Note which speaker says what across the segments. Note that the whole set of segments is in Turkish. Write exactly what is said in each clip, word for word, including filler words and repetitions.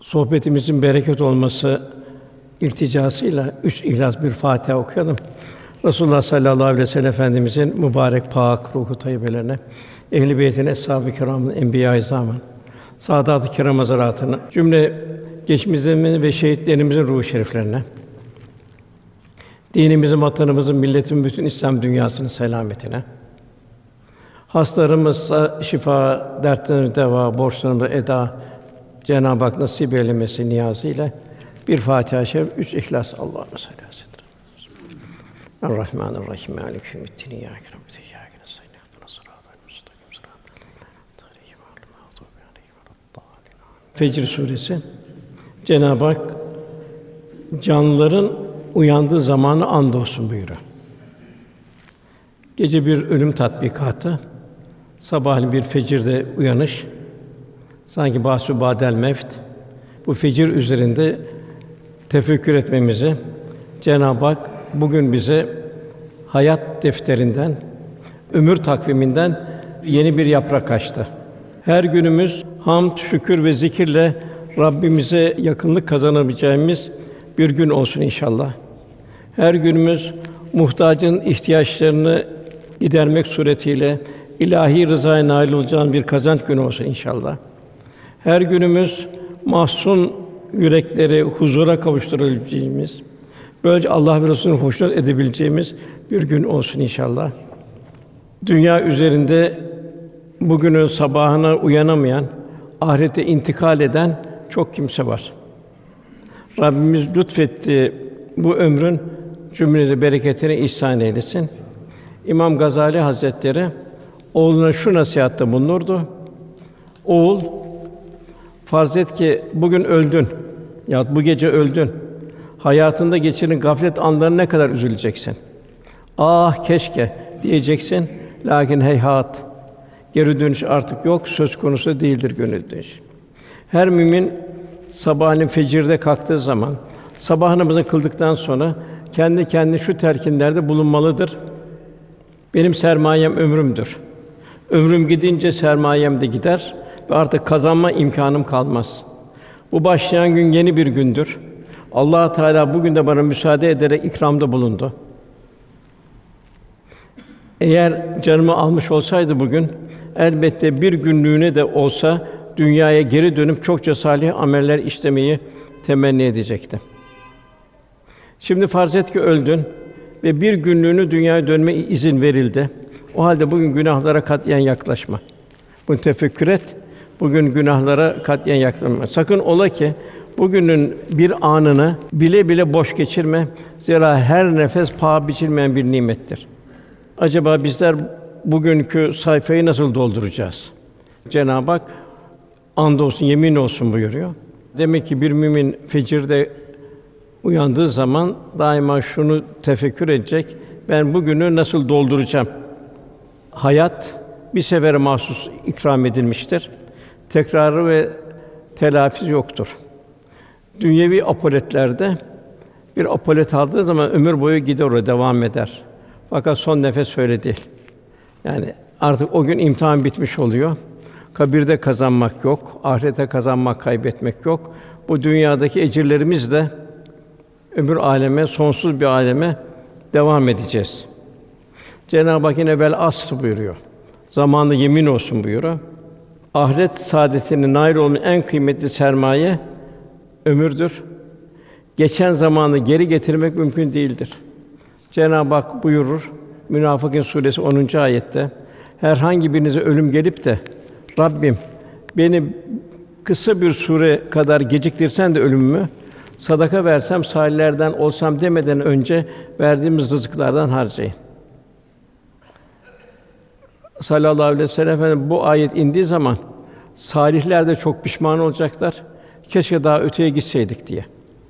Speaker 1: sohbetimizin bereket olması ilticasıyla üç İhlas bir Fatiha okuyalım. Resulullah sallallahu aleyhi ve sellem Efendimizin mübarek pak ruhu tayyibelerine, ehl-i beytin, eshab-ı kirâmın, enbiya-i izâmın, saadat-ı kirâm hazaratına, cümle geçmişlerimizin ve şehitlerimizin ruhu şeriflerine, dinimizin, vatanımızın, milletimizin, bütün İslam dünyasının selametine, hastalarımıza şifa, dertlerimize deva, borçlarımıza eda, Cenab-ı Hak nasip eylemesi niyazıyla bir Fatiha-i Şerif, üç İhlas. Allahümme salli aleyhi ve sellem. Er-Rahmanir-Rahim. Mâliki yevmiddin. İyyâke na'budu ve iyyâke nestaîn. İhdinas sırâtal mustakîm. Sırâtal lezîne en'amte aleyhim. Fecr suresi. Cenab-ı Hak canlıların uyandığı zamanı andolsun buyuruyor. Gece bir ölüm tatbikatı, sabahleyin bir fecirde uyanış, sanki bâsü bâdel mevt, bu fecir üzerinde tefekkür etmemizi Cenab-ı Hak bugün bize hayat defterinden, ömür takviminden yeni bir yaprak açtı. Her günümüz hamd, şükür ve zikirle Rabbimize yakınlık kazanabileceğimiz bir gün olsun inşallah. Her günümüz muhtacın ihtiyaçlarını gidermek suretiyle ilahi rızaya nail olacağın bir kazanç günü olsun inşallah. Her günümüz mahzun yürekleri huzura kavuşturabileceğimiz, böylece Allah ve Resulü'nü hoşnut edebileceğimiz bir gün olsun inşallah. Dünya üzerinde bugünün sabahına uyanamayan, ahirete intikal eden çok kimse var. Rabbimiz lütfetti bu ömrün cümlede bereketini ihsan eylesin. İmam Gazali Hazretleri oğluna şu nasihatte bulunurdu: Oğul, farz et ki bugün öldün yahut bu gece öldün. Hayatında geçiren gaflet anlarına ne kadar üzüleceksin. Ah keşke diyeceksin. Lakin heyhat, geri dönüş artık yok, söz konusu değildir gönül dönüş. Her mümin sabahleyin fecirde kalktığı zaman, sabah namazını kıldıktan sonra kendi kendine şu telkinlerde bulunmalıdır: Benim sermayem ömrümdür. Ömrüm gidince sermayem de gider ve artık kazanma imkânım kalmaz. Bu başlayan gün yeni bir gündür. Allah Teala bugün de bana müsaade ederek ikramda bulundu. Eğer canımı almış olsaydı bugün, elbette bir günlüğüne de olsa dünyaya geri dönüp çokça salih ameller işlemeyi temenni edecektim. Şimdi farz et ki öldün ve bir günlüğünü dünyaya dönme izin verildi. O halde bugün günahlara katiyen yaklaşma. Bunu tefekkür et. Bugün günahlara katiyen yaklaşma. Sakın ola ki bugünün bir anını bile bile boş geçirme. Zira her nefes paha biçilmeyen bir nimettir. Acaba bizler bugünkü sayfayı nasıl dolduracağız? Cenab-ı Hak andolsun, yemin olsun buyuruyor. Demek ki bir mümin fecirde uyandığı zaman daima şunu tefekkür edecek: Ben bugünü nasıl dolduracağım? Hayat bir sefere mahsus ikram edilmiştir. Tekrarı ve telafisi yoktur. Dünyevi apoletlerde bir apolet aldığı zaman ömür boyu gider, o devam eder. Fakat son nefes öyle değil. Yani artık o gün imtihan bitmiş oluyor. Kabirde kazanmak yok, ahirete kazanmak, kaybetmek yok. Bu dünyadaki ecirlerimiz de öbür aleme, sonsuz bir aleme devam edeceğiz. Cenab-ı Hak yine vel asr buyuruyor. Zamanla yemin olsun buyuruyor. Ahiret saadetine nail olmanın en kıymetli sermaye ömürdür. Geçen zamanı geri getirmek mümkün değildir. Cenab-ı Hak buyurur Münafıkîn suresi onuncu ayette: Herhangi birinize ölüm gelip de Rabbim beni kısa bir süre kadar geciktirsen de ölümümü, sadaka versem, salihlerden olsam demeden önce verdiğimiz rızıklardan harcayın. Sallallahu aleyhi ve sellem Efendimiz bu ayet indiği zaman salihler de çok pişman olacaklar. Keşke daha öteye gitseydik diye.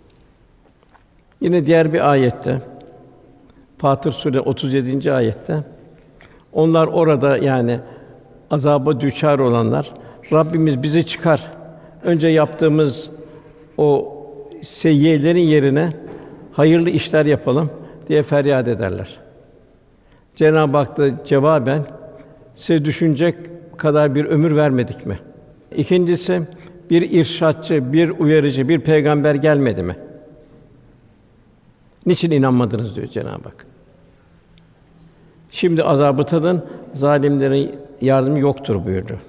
Speaker 1: Yine diğer bir ayette, Fatır Sûresi otuz yedinci ayette, onlar orada yani azaba düçar olanlar, Rabbimiz bizi çıkar. Önce yaptığımız o seyyiyelerin yerine hayırlı işler yapalım diye feryat ederler. Cenab-ı Hak da cevaben size düşünecek kadar bir ömür vermedik mi? İkincisi, bir irşatçı, bir uyarıcı, bir peygamber gelmedi mi? Niçin inanmadınız diyor Cenab-ı Hak. Şimdi azabı tadın, zalimlerin yardımı yoktur buyuruyor.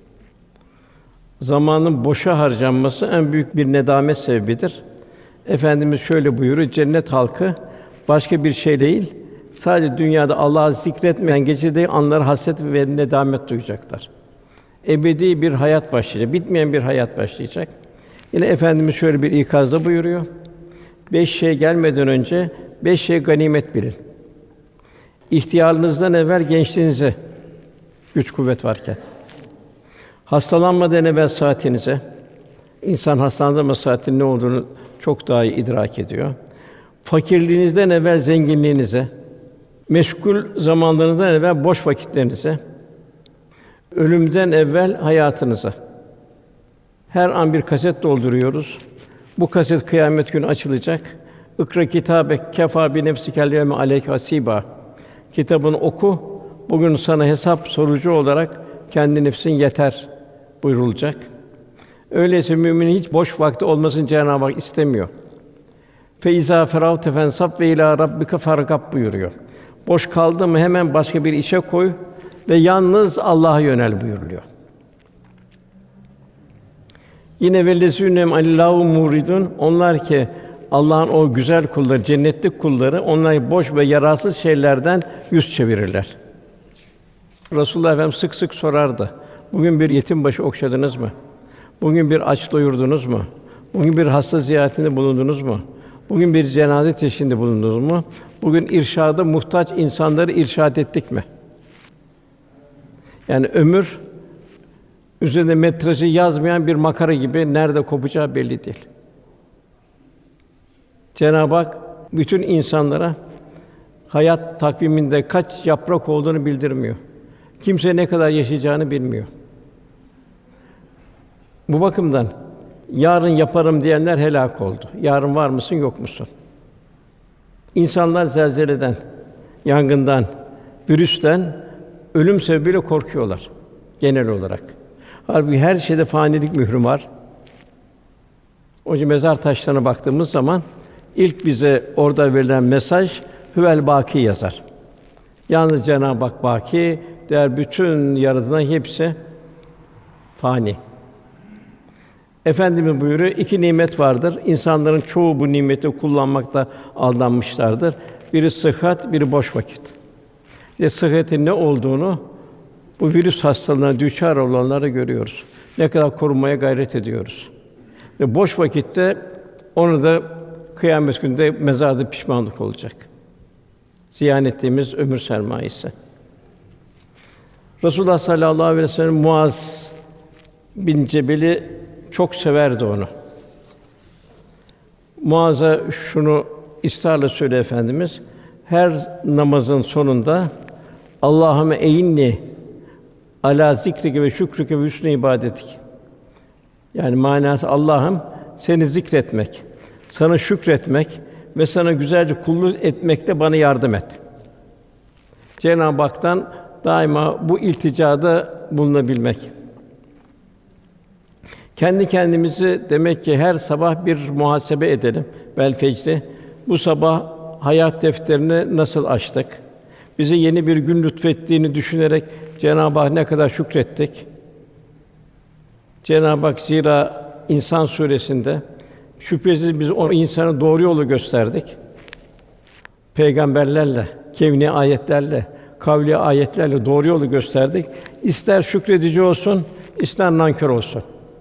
Speaker 1: Zamanın boşa harcanması en büyük bir nedamet sebebidir. Efendimiz şöyle buyuruyor: cennet halkı başka bir şey değil, sadece dünyada Allah'ı zikretmeyen geçirdiği anları hasret ve nedamet duyacaklar. Ebedi bir hayat başlayacak, bitmeyen bir hayat başlayacak. Yine Efendimiz şöyle bir ikazda buyuruyor: beş şey gelmeden önce beş şey ganimet bilin. İhtiyarlığınızdan evvel gençliğinize, güç kuvvet varken. Hastalanmadan evvel saatinize. İnsan hastalandığı zaman saatin ne olduğunu çok daha iyi idrak ediyor. Fakirliğinizden evvel zenginliğinize, meşgul zamanlarınızdan evvel boş vakitlerinize, ölümden evvel hayatınıza. Her an bir kaset dolduruyoruz. Bu kaset kıyamet günü açılacak. İkra kitabek kefâ bi nefsikel yevme aleyke hasîbâ. Kitabını oku. Bugün sana hesap sorucu olarak kendi nefsin yeter buyurulacak. Öyleyse müminin hiç boş vakti olmasını Cenab-ı Hak istemiyor. Fe izâ feragte fensab ve ilâ rabbike fargab buyuruyor. Boş kaldı mı hemen başka bir işe koy ve yalnız Allah'a yönel buyuruluyor. Yine vellezînem Allâhu muridun, onlar ki Allah'ın o güzel kulları, cennetlik kulları, onlar boş ve yararsız şeylerden yüz çevirirler. Resulullah Efendimiz sık sık sorardı: bugün bir yetim başı okşadınız mı? Bugün bir aç doyurdunuz mu? Bugün bir hasta ziyaretinde bulundunuz mu? Bugün bir cenaze teşhirinde bulundunuz mu? Bugün irşada muhtaç insanları irşad ettik mi? Yani ömür üzerinde metrajı yazmayan bir makara gibi nerede kopacağı belli değil. Cenab-ı Hak bütün insanlara hayat takviminde kaç yaprak olduğunu bildirmiyor. Kimse ne kadar yaşayacağını bilmiyor. Bu bakımdan yarın yaparım diyenler helak oldu. Yarın var mısın, yok musun? İnsanlar zelzeleden, yangından, virüsten, ölüm sebebiyle korkuyorlar genel olarak. Halbuki her şeyde fanilik mührü var. O yüzden mezar taşlarına baktığımız zaman ilk bize orada verilen mesaj Huvel Bâkî yazar. Yalnız Cenab-ı Hak bâkî, diğer bütün yaratılan hepsi fani. Efendimiz buyuruyor: iki nimet vardır. İnsanların çoğu bu nimeti kullanmakta aldanmışlardır. Biri sıhhat, biri boş vakit. İşte sıhhatin ne olduğunu bu virüs hastalığına düçar olanları görüyoruz. Ne kadar korunmaya gayret ediyoruz. Ve boş vakitte onu da kıyamet gününde mezarda pişmanlık olacak. Ziyan ettiğimiz ömür sermayesi. Resulullah sallallahu aleyhi ve sellem Muaz bin Cebel'i çok severdi onu. Muaz'a şunu ısrarla söyle Efendimiz: her namazın sonunda Allahümme e'inni alâ zikrike ve şükrike ve husnü ibadetik. Yani manası Allah'ım seni zikretmek, sana şükretmek ve sana güzelce kulluk etmekte bana yardım et. Cenab-ı Hak'tan daima bu ilticada bulunabilmek. Kendi kendimizi demek ki her sabah bir muhasebe edelim. Vel fecri. Bu sabah hayat defterini nasıl açtık? Bize yeni bir gün lütfettiğini düşünerek Cenab-ı Hak ne kadar şükrettik? Cenab-ı Hak zira İnsan suresinde şüphesiz biz o insana doğru yolu gösterdik. Peygamberlerle, kevni ayetlerle, kavli ayetlerle doğru yolu gösterdik. İster şükredici olsun, ister nankör olsun.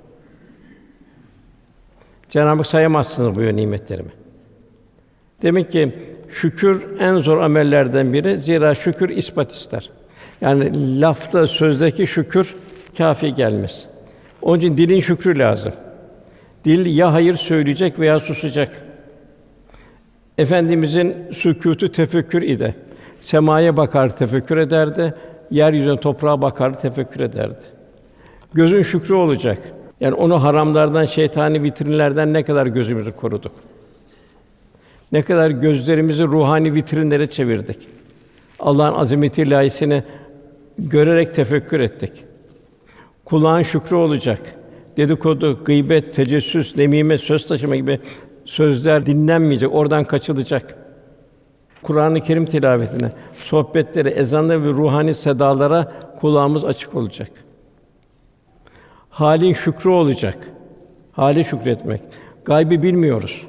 Speaker 1: Cenab-ı Hak sayamazsınız buyuruyor nimetlerimi. Demek ki şükür en zor amellerden biri. Zira şükür ispat ister. Yani lafta, sözdeki şükür kâfi gelmez. Onun için dilin şükrü lazım. Dil ya hayır söyleyecek veya susacak. Efendimizin sükûtu tefekkür idi. Semaya bakar tefekkür ederdi. Yeryüzüne, toprağa bakar tefekkür ederdi. Gözün şükrü olacak. Yani onu haramlardan, şeytani vitrinlerden ne kadar gözümüzü koruduk. Ne kadar gözlerimizi ruhani vitrinlere çevirdik. Allah'ın azameti ilahisini görerek tefekkür ettik. Kulağın şükrü olacak. dedikodu, gıybet, tecessüs, nemime, söz taşıma gibi sözler dinlenmeyecek, oradan kaçılacak. Kur'an-ı Kerim tilavetine, sohbetlere, ezanlara ve ruhani sedalara kulağımız açık olacak. Hâlin şükrü olacak. Hâli şükretmek. Gaybı bilmiyoruz.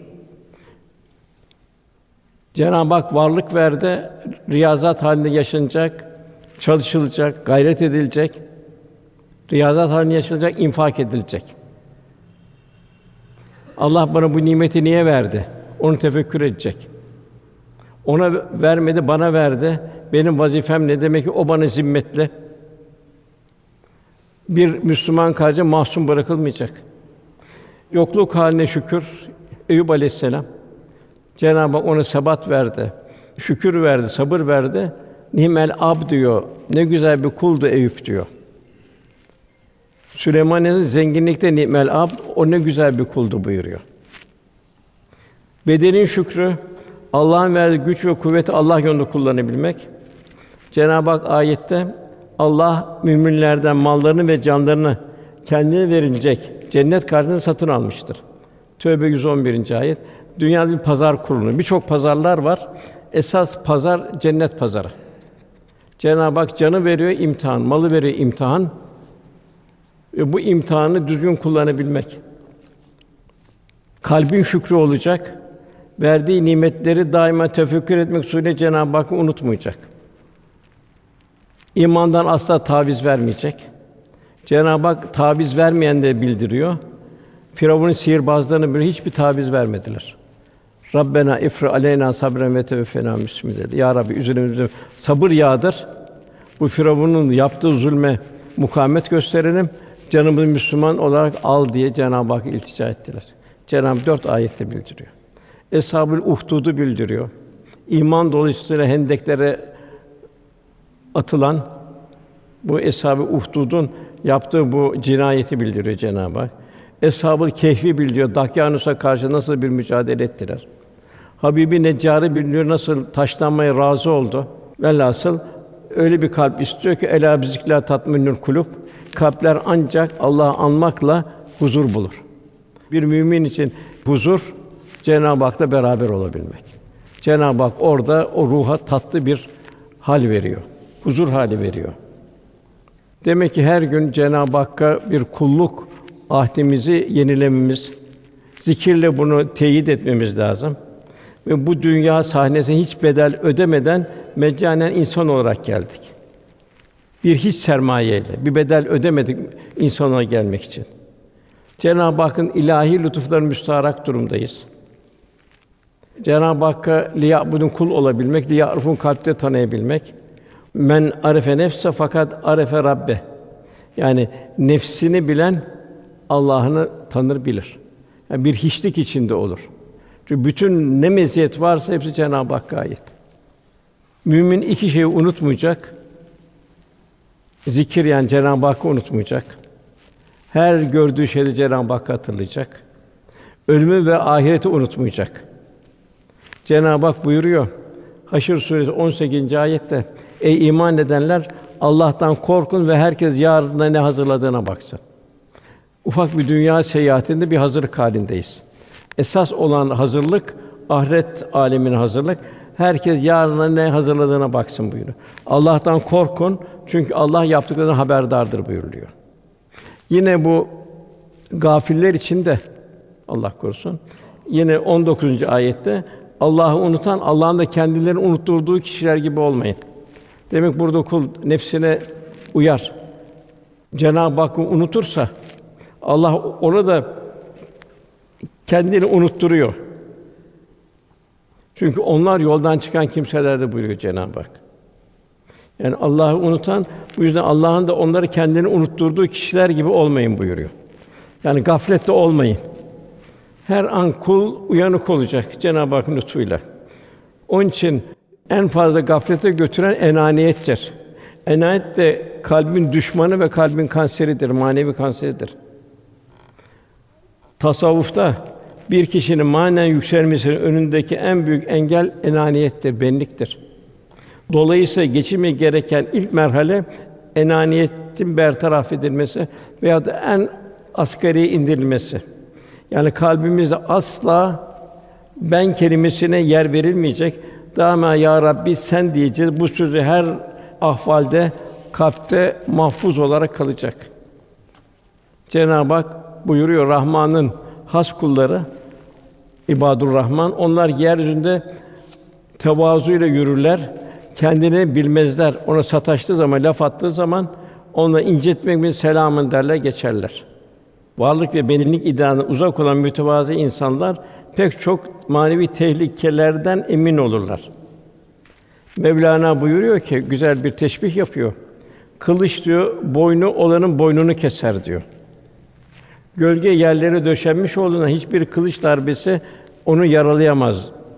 Speaker 1: Cenab-ı Hak varlık verdi, riyazat halinde yaşanacak, çalışılacak, gayret edilecek. Riyazat halinde yaşanacak, infak edilecek. Allah bana bu nimeti niye verdi? Onu tefekkür edecek. Ona vermedi, bana verdi. Benim vazifem ne? Demek ki o bana zimmetli. Bir Müslüman kardeşe mahzun bırakılmayacak. Yokluk haline şükür. Eyüp Aleyhisselam Cenab-ı Hak ona sebat verdi. Şükür verdi, sabır verdi. Nimel ab diyor. Ne güzel bir kuldu Eyüp diyor. Süleyman'ın zenginlikte nimel ab, o ne güzel bir kuldu buyuruyor. Bedenin şükrü, Allah'ın verdiği güç ve kuvveti Allah yolunda kullanabilmek. Cenab-ı Hak ayette Allah müminlerden mallarını ve canlarını kendine verilecek cennet karşılığında satın almıştır. Tövbe yüz on birinci ayet. Dünyada bir pazar kurulu. Birçok pazarlar var. Esas pazar cennet pazarı. Cenab-ı Hak canı veriyor imtihan, malı veriyor imtihan. Ve bu imtihanı düzgün kullanabilmek. Kalbin şükrü olacak. Verdiği nimetleri daima tefekkür etmek suretiyle Cenab-ı Hakk'ı unutmayacak. İmandan asla taviz vermeyecek. Cenab-ı Hak taviz vermeyenleri bildiriyor. Firavun'un sihirbazlarına böyle hiçbir taviz vermediler. Rabbena ifri aleyna sabren ve teveffena müslimin dedi. Ya Rabbi üzerimize sabır yağdır. Bu Firavun'un yaptığı zulme mukavemet gösterelim. Canımızı Müslüman olarak al diye Cenab-ı Hakk'a iltica ettiler. Cenab-ı Hak dört ayette bildiriyor. Eshab-ül Uhdud'u bildiriyor. İman dolayısıyla hendeklere atılan bu Eshab-ı Uhdud'un yaptığı bu cinayeti bildiriyor Cenab-ı Hak. Eshab-ı Kehf'i bildiriyor. Dakyanus'a karşı nasıl bir mücadele ettiler. Habib-i Neccar'ı bildiriyor. Nasıl taşlanmaya razı oldu. Velhasıl öyle bir kalp istiyor ki elâ bizikrillâh tatmainnul kulûb. Kalpler ancak Allah'ı anmakla huzur bulur. Bir mümin için huzur Cenab-ı Hak'la beraber olabilmek. Cenab-ı Hak orada o ruha tatlı bir hal veriyor. Huzur hali veriyor. Demek ki her gün Cenab-ı Hakk'a bir kulluk ahdimizi yenilememiz, zikirle bunu teyit etmemiz lazım. Ve bu dünya sahnesine hiç bedel ödemeden meccanen insan olarak geldik. Bir hiç sermayeyle, bir bedel ödemedik insan olarak gelmek için. Cenab-ı Hakk'ın ilahi lütuflarına müstaharak durumdayız. Cenab-ı Hakk'a liya'budun kul olabilmek, liya'rifun kalpte tanıyabilmek. Men arefe nefse fakat arefe Rabbe. Yani nefsini bilen Allah'ını tanır bilir. Yani bir hiçlik içinde olur. Çünkü bütün ne meziyet varsa hepsi Cenab-ı Hakk'a ait. Mümin iki şeyi unutmayacak. Zikir yani Cenab-ı Hakk'ı unutmayacak. Her gördüğü şeyde Cenab-ı Hakk'ı hatırlayacak. Ölümü ve ahireti unutmayacak. Cenab-ı Hak buyuruyor. Haşr suresi on sekizinci ayette ey iman edenler Allah'tan korkun ve herkes yarına ne hazırladığına baksın. Ufak bir dünya seyahatinde bir hazırlık halindeyiz. Esas olan hazırlık ahiret alemine hazırlık. Herkes yarına ne hazırladığına baksın buyuruyor. Allah'tan korkun çünkü Allah yaptıklarından haberdardır buyuruluyor. Yine bu gafiller için de Allah korusun. Yine on dokuzuncu ayette Allah'ı unutan Allah'ın da kendilerini unutturduğu kişiler gibi olmayın. Demek burada kul nefsine uyar. Cenab-ı Hakk'ı unutursa Allah ona da kendini unutturuyor. Çünkü onlar yoldan çıkan kimselerde buyuruyor Cenab-ı Hak. Yani Allah'ı unutan, bu yüzden Allah'ın da onları kendini unutturduğu kişiler gibi olmayın buyuruyor. Yani gaflette olmayın. Her an kul uyanık olacak Cenab-ı Hakk'ın lütfuyla. Onun için en fazla gaflete götüren enaniyettir. Enaniyet de kalbin düşmanı ve kalbin kanseridir, manevi kanseridir. Tasavvufta bir kişinin manen yükselmesinin önündeki en büyük engel enaniyettir, benliktir. Dolayısıyla geçilmeye gereken ilk merhale enaniyetin bertaraf edilmesi veya da en asgariye indirilmesi. Yani kalbimizde asla ben kelimesine yer verilmeyecek. Daima ya Rabbi sen diyeceğiz. Bu sözü her ahvalde kalpte mahfuz olarak kalacak. Cenab-ı Hak buyuruyor, Rahman'ın has kulları İbadur Rahman, onlar yeryüzünde tevazuyla yürürler, kendini bilmezler. Ona sataştığı zaman, laf attığı zaman onu incitmek için selamın derler, geçerler. Varlık ve benlik idealine uzak olan mütevazı insanlar pek çok manevi tehlikelerden emin olurlar. Mevlana buyuruyor ki, güzel bir teşbih yapıyor. Kılıç diyor, boynu olanın boynunu keser diyor. Gölge yerlere döşenmiş olduğundan hiçbir kılıç darbesi onu yaralayamaz.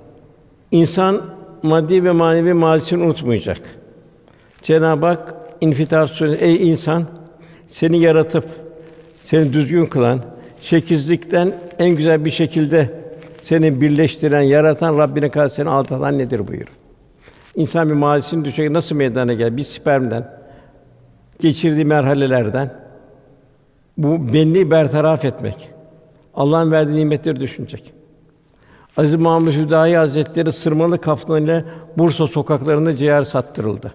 Speaker 1: İnsan maddi ve manevi mazisini unutmayacak. Cenab-ı Hak İnfitar Suresi, ey insan, seni yaratıp seni düzgün kılan, şekizlikten en güzel bir şekilde seni birleştiren, yaratan Rabbine karşı seni aldatan nedir buyuruyor. İnsan bir mazisini düşecek, nasıl meydana gelir? Bir spermden, geçirdiği merhalelerden, bu benliği bertaraf etmek, Allah'ın verdiği nimetleri düşünecek. Aziz Mahmud Hüdayi Hazretleri sırmalı kaftanıyla Bursa sokaklarında ciğer sattırıldı.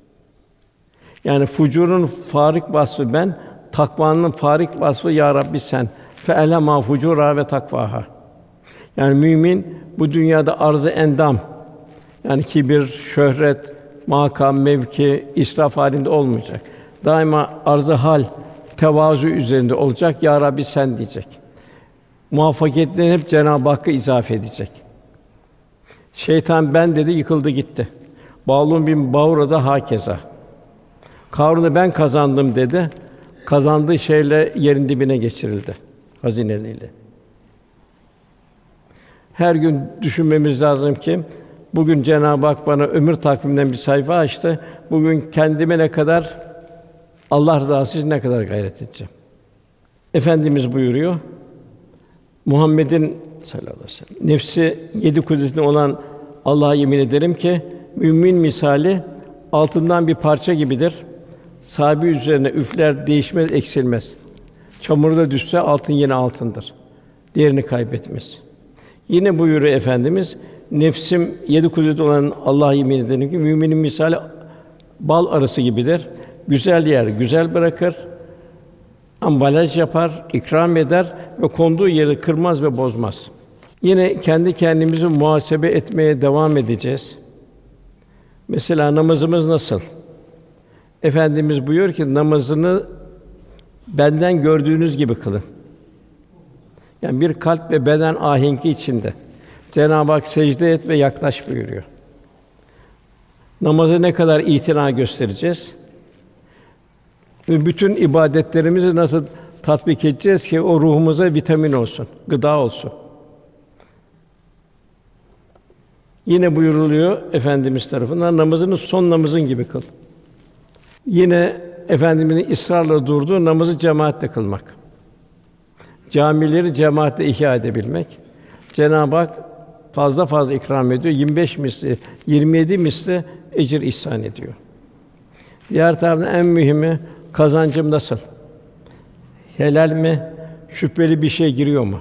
Speaker 1: Yani fucurun farik vasfı ben, takvanın farik vasfı ya Rabbi sen. Fe'elema fucura ve takvaha. Yani mümin bu dünyada arz-ı endam, yani kibir, şöhret, makam, mevki, israf halinde olmayacak. Daima arz-ı hal, tevazu üzerinde olacak. Ya Rabbi sen diyecek. Muvaffakiyetlerini hep Cenab-ı Hakk'a izafe edecek. Şeytan ben dedi, yıkıldı gitti. Bağlun bin Bağura da hakeza. Karun'u ben kazandım dedi. Kazandığı şeyle yerin dibine geçirildi hazineleriyle. Her gün düşünmemiz lazım ki bugün Cenab-ı Hak bana ömür takviminden bir sayfa açtı. Bugün kendime ne kadar Allah rızası için ne kadar gayret edeceğim. Efendimiz buyuruyor. Muhammed'in sallallahu aleyhi ve sellem nefsi yedi kudretinde olan Allah'a yemin ederim ki mümin misali altından bir parça gibidir. Sahibi üzerine üfler, değişmez, eksilmez. Çamurda düşse altın yine altındır. Değerini kaybetmez. Yine buyuruyor Efendimiz, nefsim yedi kudret olan Allah'a yemin ederim ki müminin misali bal arısı gibidir. Güzel yer güzel bırakır, ambalaj yapar, ikram eder ve konduğu yeri kırmaz ve bozmaz. Yine kendi kendimizi muhasebe etmeye devam edeceğiz. Mesela namazımız nasıl? Efendimiz buyuruyor ki namazını benden gördüğünüz gibi kılın. Yani bir kalp ve beden ahengi içinde. Cenab-ı Hak secde et ve yaklaş buyuruyor. Namazı ne kadar itina göstereceğiz? Ve bütün ibadetlerimizi nasıl tatbik edeceğiz ki o ruhumuza vitamin olsun, gıda olsun. Yine buyuruluyor Efendimiz tarafından namazını son namazın gibi kıl. Yine Efendimizin ısrarla durduğu namazı cemaatle kılmak. Camileri cemaatle ihya edebilmek. Cenab-ı Hak fazla fazla ikram ediyor. yirmi beş misli, yirmi yedi misli ecir ihsan ediyor. Diğer taraftan en mühimi kazancım nasıl? Helal mi? Şüpheli bir şey giriyor mu?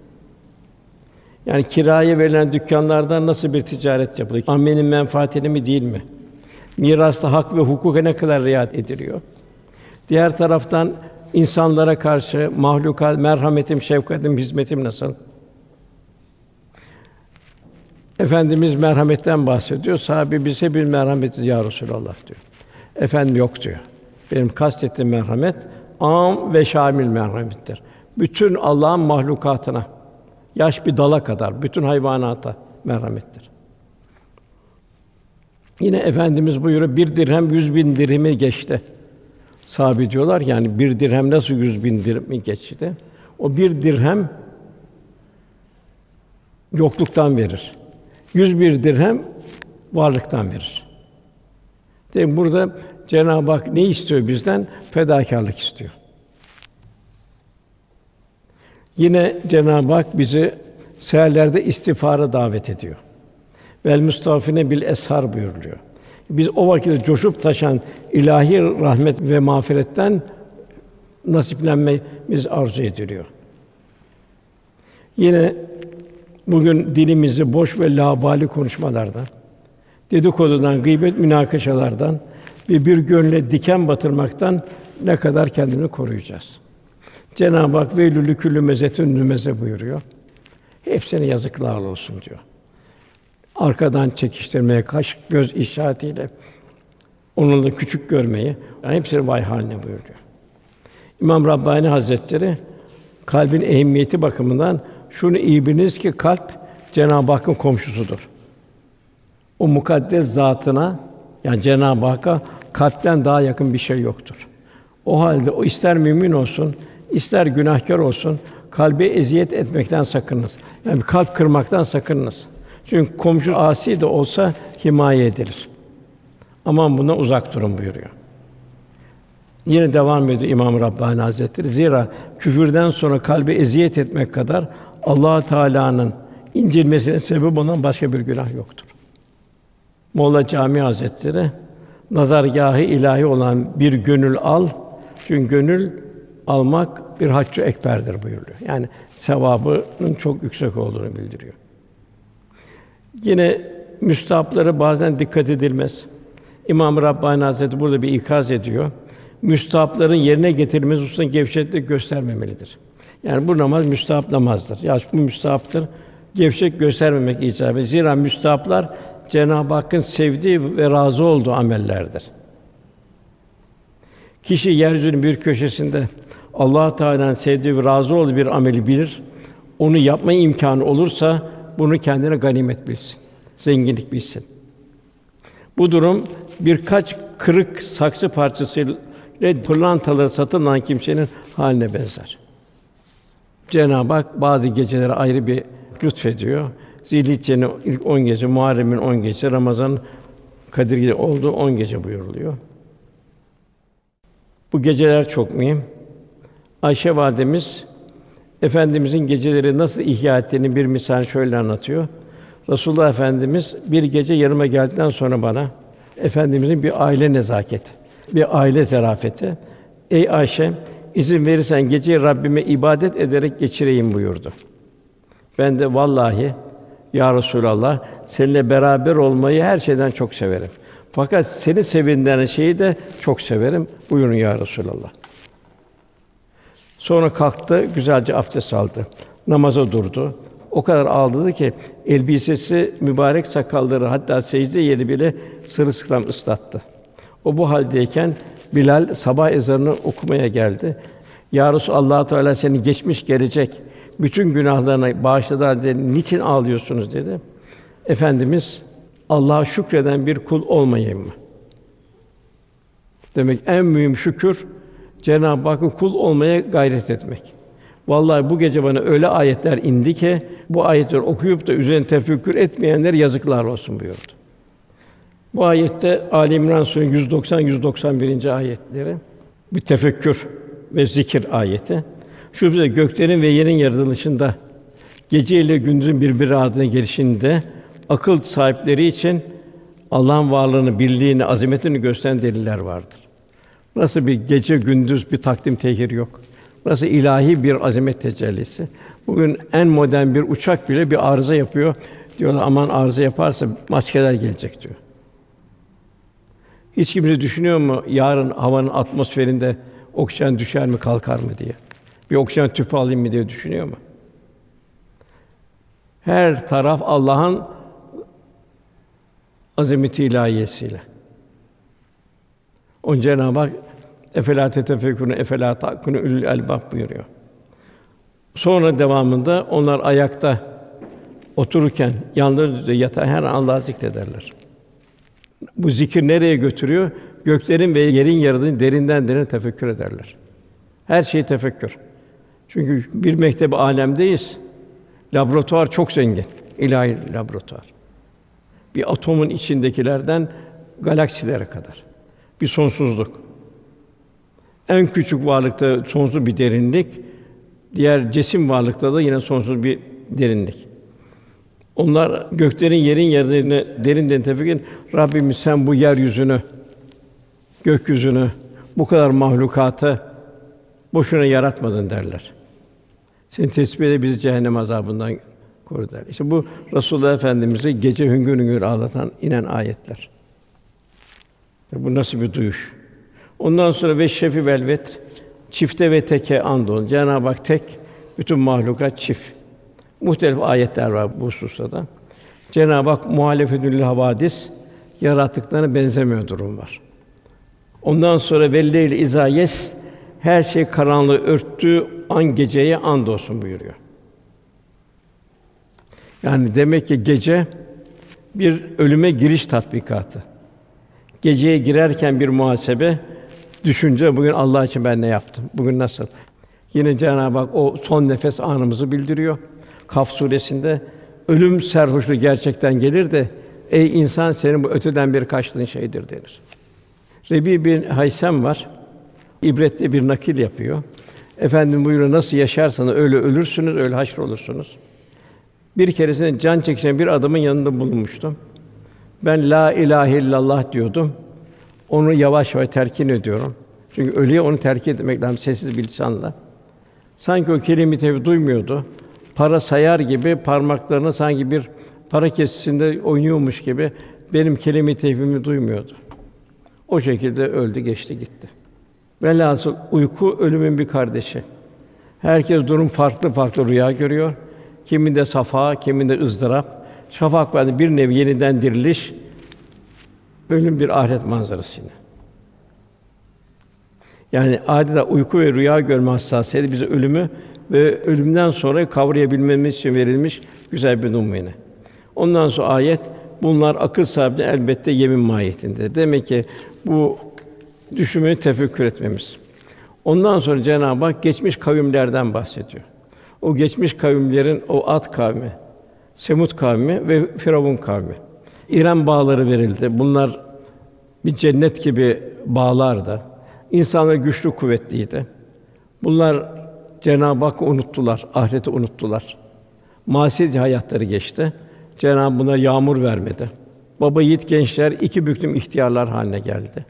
Speaker 1: Yani kiraya verilen dükkânlardan nasıl bir ticaret yapılıyor? Ammenin menfaatine mi değil mi? Mirasta hak ve hukuka ne kadar riayet ediliyor? Diğer taraftan insanlara karşı mahlukat merhametim, şefkatim, hizmetim nasıl? Efendimiz merhametten bahsediyor. Sahabe bize bir merhamet ya Resulallah diyor. Efendim yok diyor. Benim kastettiğim merhamet âm ve şâmil merhamettir. Bütün Allah'ın mahlukatına, yaş bir dala kadar bütün hayvanata merhamettir. Yine Efendimiz buyuruyor, bir dirhem yüz bin dirhemi geçti. Sahabe diyorlar yani bir dirhem nasıl yüz bin dirhemi geçti? O bir dirhem yokluktan verir. Yüz bir dirhem varlıktan verir. Demek burada Cenab-ı Hak ne istiyor bizden? Fedakârlık istiyor. Yine Cenab-ı Hak bizi seherlerde istiğfara davet ediyor. Vel mustafine bil eshar buyuruluyor. Biz o vakitte coşup taşan ilahi rahmet ve mağfiretten nasiplenmemiz arzu ediliyor. Yine bugün dilimizi boş ve laubali konuşmalardan, dedikodudan, gıybet münakaşalardan ve bir gönle diken batırmaktan ne kadar kendini koruyacağız? Cenab-ı Hak veylül likülli mezetin lümeze buyuruyor. Hepsine yazıklar olsun diyor. Arkadan çekiştirmeye, kaş göz işaretiyle onu da küçük görmeyi, yani hepsine vay haline buyuruyor. İmam Rabbani Hazretleri kalbin ehemmiyeti bakımından şunu iyi biliniz ki kalp Cenab-ı Hakk'ın komşusudur. O mukaddes zatına, yani Cenab-ı Hakk'a kalpten daha yakın bir şey yoktur. O halde o ister mümin olsun, ister günahkar olsun, kalbe eziyet etmekten sakınınız. Yani kalp kırmaktan sakınınız. Çünkü komşu asi de olsa himaye edilir. Aman bundan uzak durun buyuruyor. Yine devam ediyor İmam Rabbani Hazretleri. Zira küfürden sonra kalbe eziyet etmek kadar Allah Teala'nın incinmesine sebep olan başka bir günah yoktur. Molla Cami Hazretleri nazargâh-ı ilahi olan bir gönül al. Çünkü gönül almak bir haccı ekberdir buyuruyor. Yani sevabının çok yüksek olduğunu bildiriyor. Yine müstahaplara bazen dikkat edilmez. İmam Rabbani Hazretleri burada bir ikaz ediyor. Müstahapların yerine getirilmesi hususunda gevşeklik göstermemelidir. Yani bu namaz müstahap namazdır. Ya bu müstahaptır. Gevşek göstermemek icap ediyor. Zira müstahaplar Cenab-ı Hakk'ın sevdiği ve razı olduğu amellerdir. Kişi yeryüzünün bir köşesinde Allah Teala'nın sevdiği ve razı olduğu bir ameli bilir. Onu yapma imkânı olursa bunu kendine ganimet bilsin. Zenginlik bilsin. Bu durum birkaç kırık saksı parçasıyla pırlantaları satın alan kimsenin haline benzer. Cenab-ı Hak bazı geceleri ayrı bir lütfediyor. Zilhicce'nin ilk on gece, Muharrem'in on gece, Ramazan Kadir Gecesi olduğu on gece buyuruluyor. Bu geceler çok mühim. Ayşe validemiz Efendimizin geceleri nasıl ihya ettiğini bir misal şöyle anlatıyor. Resulullah Efendimiz bir gece yanıma geldikten sonra bana Efendimizin bir aile nezaketi, bir aile zarafeti. Ey Ayşe, izin verirsen geceyi Rabbime ibadet ederek geçireyim buyurdu. Ben de vallahi ya Resulallah seninle beraber olmayı her şeyden çok severim. Fakat seni sevindiren şeyi de çok severim. Buyurun ya Resulallah. Sonra kalktı, güzelce abdest aldı. Namaza durdu. O kadar ağladı ki elbisesi mübarek sakalları hatta secde yeri bile sırılsıklam ıslattı. O bu haldeyken Bilal sabah ezanını okumaya geldi. Ya Resulallah, Allah Teala seni geçmiş gelecek bütün günahlarını bağışladı halde niçin ağlıyorsunuz dedi. Efendimiz Allah'a şükreden bir kul olmayayım mı? Demek en mühim şükür Cenab-ı Hakk'ın kul olmaya gayret etmek. Vallahi bu gece bana öyle ayetler indi ki bu ayetleri okuyup da üzerine tefekkür etmeyenlere yazıklar olsun buyurdu. Bu ayette Ali İmran Sûresi yüz doksan yüz doksan birinci ayetleri bir tefekkür ve zikir ayeti. Şu bize göklerin ve yerin yaratılışında gece ile gündüzün birbiri ardına gelişinde akıl sahipleri için Allah'ın varlığını, birliğini, azametini gösteren deliller vardır. Nasıl bir gece gündüz bir takdim tehir yok. Burası ilahi bir azamet tecellisi. Bugün en modern bir uçak bile bir arıza yapıyor. Diyorlar aman arıza yaparsa maskeler gelecek diyor. Hiç kimse düşünüyor mu yarın havanın atmosferinde oksijen düşer mi kalkar mı diye? Bir oksijen tüpü alayım mı diye düşünüyor mu? Her taraf Allah'ın azameti ilahiyesiyle. Onun Cenab-ı Hak "Efelâ tetefekkûrûne efelâ ta'kûnû ulul elbâb" buyuruyor. Sonra devamında onlar ayakta otururken yanlarında yatan her an Allah'ı zikrederler. Bu zikir nereye götürüyor? Göklerin ve yerin yaradığını derinden derine tefekkür ederler. Her şey tefekkür. Çünkü bir mektep-i âlemdeyiz. Laboratuvar çok zengin. İlahi laboratuvar. Bir atomun içindekilerden galaksilere kadar. Bir sonsuzluk. En küçük varlıkta sonsuz bir derinlik, diğer cesim varlıkta da yine sonsuz bir derinlik. Onlar göklerin yerin yaradığını derinden tefekkür, Rabbimiz sen bu yeryüzünü, gökyüzünü, bu kadar mahlukatı boşuna yaratmadın derler. Senin tesbihiyle bizi cehennem azabından koru der. İşte bu Resulullah Efendimiz'i gece hüngür hüngür ağlatan inen ayetler. Bu nasıl bir duyuş? Ondan sonra ve şefi velvet, çifte ve teke andolsun. Cenab-ı Hak tek, bütün mahlukat çift. Muhtelif ayetler var bu hususta da. Cenab-ı Hak muhalefetül havadis, yarattıklarına benzemiyor durum var. Ondan sonra velleyl izâ yes, her şey karanlığı örttüğü an geceye andolsun buyuruyor. Yani demek ki gece bir ölüme giriş tatbikatı. Geceye girerken bir muhasebe, düşünce bugün Allah için ben ne yaptım? Bugün nasıl? Yine Cenab-ı Hak o son nefes anımızı bildiriyor. Kaf suresinde ölüm serhoşluğu gerçekten gelir de ey insan senin bu öteden bir kaçtığın şeydir denir. Rebi bin Haysem var. İbretli bir nakil yapıyor. Efendim buyuruyor nasıl yaşarsanız öyle ölürsünüz, öyle haşrolursunuz. Bir keresinde can çekişen bir adamın yanında bulunmuştum. Ben la ilahe illallah diyordum. Onu yavaş yavaş terkin ediyorum. Çünkü ölüye onu terk etmek lazım sessiz bir lisanla. Sanki o kelime-i tevhid duymuyordu. Para sayar gibi parmaklarını sanki bir para kesesinde oynuyormuş gibi benim kelime-i tevhidimi duymuyordu. O şekilde öldü, geçti gitti. Velhasıl uyku ölümün bir kardeşi. Herkes durum farklı farklı rüya görüyor. Kiminde safa, kiminde ızdırap. Şafak vakti bir nevi yeniden diriliş, ölüm bir ahiret manzarası yine. Yani adeta uyku ve rüya görme hassasiyeti bize ölümü ve ölümden sonra kavrayabilmemiz için verilmiş güzel bir numune. Ondan sonra ayet bunlar akıl sahibine elbette yemin mahiyetinde. Demek ki bu düşünmeyi tefekkür etmemiz. Ondan sonra Cenab-ı Hak geçmiş kavimlerden bahsediyor. O geçmiş kavimlerin o Ad kavmi, Semud kavmi ve Firavun kavmi. İrem bağları verildi. Bunlar bir cennet gibi bağlardı. İnsanlar güçlü, kuvvetliydi. Bunlar Cenab-ı Hakk'ı unuttular, ahireti unuttular. Masiyet hayatları geçti. Cenab-ı Hak buna yağmur vermedi. Baba yiğit gençler iki büklüm ihtiyarlar haline geldi.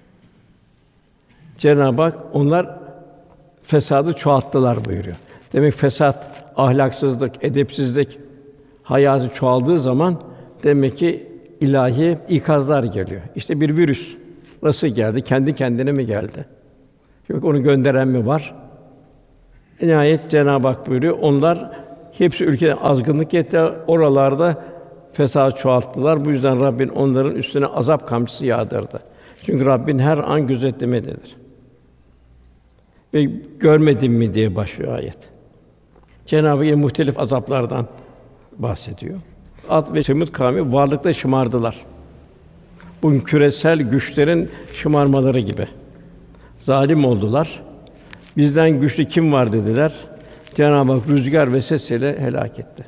Speaker 1: Cenab-ı Hak onlar fesadı çoğalttılar buyuruyor. Demek fesat, ahlaksızlık, edepsizlik hayatı çoğaldığı zaman demek ki ilahi ikazlar geliyor. İşte bir virüs nasıl geldi? Kendi kendine mi geldi? Yok onu gönderen mi var? Nihayet Cenab-ı Hak buyuruyor. Onlar hepsi ülkede azgınlık etti. Oralarda fesat çoğalttılar. Bu yüzden Rabbin onların üstüne azap kamçısı yağdırdı. Çünkü Rabbin her an gözetlemededir. Ve görmedin mi diye başlıyor ayet. Cenab-ı Hak muhtelif azaplardan bahsediyor. Ad ve Semud kavmi varlıkta şımardılar. Bugün küresel güçlerin şımarmaları gibi. Zalim oldular. Bizden güçlü kim var dediler. Cenab-ı Hak rüzgar ve sesiyle helak etti.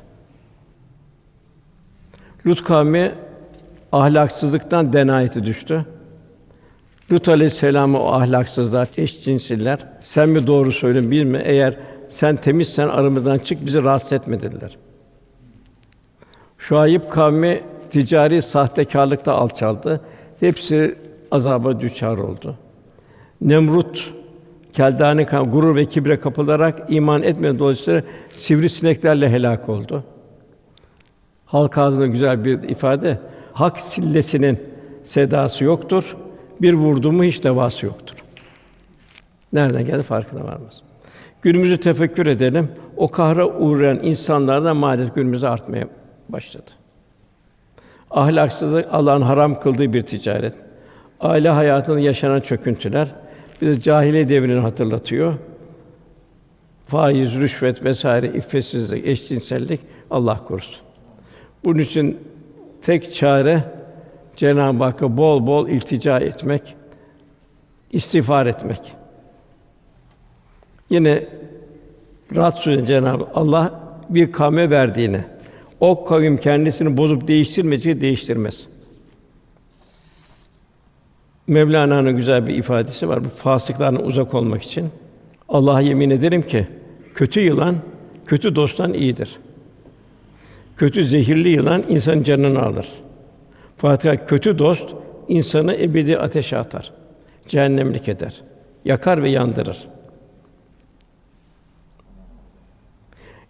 Speaker 1: Lut kavmi ahlaksızlıktan denayete düştü. Lut aleyhisselam'a o ahlaksızlar, eşcinsiller, sen mi doğru söylüyorsun, biz mi? Eğer sen temizsen aramızdan çık, bizi rahatsız etme dediler. Şuayb kavmi ticari sahtekârlıkta alçaldı. Hepsi azaba düçar oldu. Nemrut, Keldane kavmi gurur ve kibre kapılarak iman etmedi, dolayısıyla sivrisineklerle helak oldu. Halk ağzında güzel bir ifade, hak sillesinin sedası yoktur. Bir vurdu mu hiç devası yoktur. Nereden geldi farkına varmaz. Günümüzü tefekkür edelim. O kahra uğrayan insanlardan maalesef günümüzde artmaya başladı. Ahlaksızlık Allah'ın haram kıldığı bir ticaret. Aile hayatında yaşanan çöküntüler bize cahiliye devrini hatırlatıyor. Faiz, rüşvet vesaire, iffetsizlik, eşcinsellik Allah korusun. Bunun için tek çare Cenab-ı Hakk'a bol bol iltica etmek, istiğfar etmek. Yine Ra'd Sûresinde Cenab-ı Allah bir kavme verdiğini, o kavim kendisini bozup değiştirmeyecek değiştirmez. Mevlana'nın güzel bir ifadesi var. Bu fasıklardan uzak olmak için Allah'a yemin ederim ki kötü yılan kötü dosttan iyidir. Kötü zehirli yılan insanın canını alır. Fakat kötü dost insanı ebedi ateşe atar. Cehennemlik eder. Yakar ve yandırır.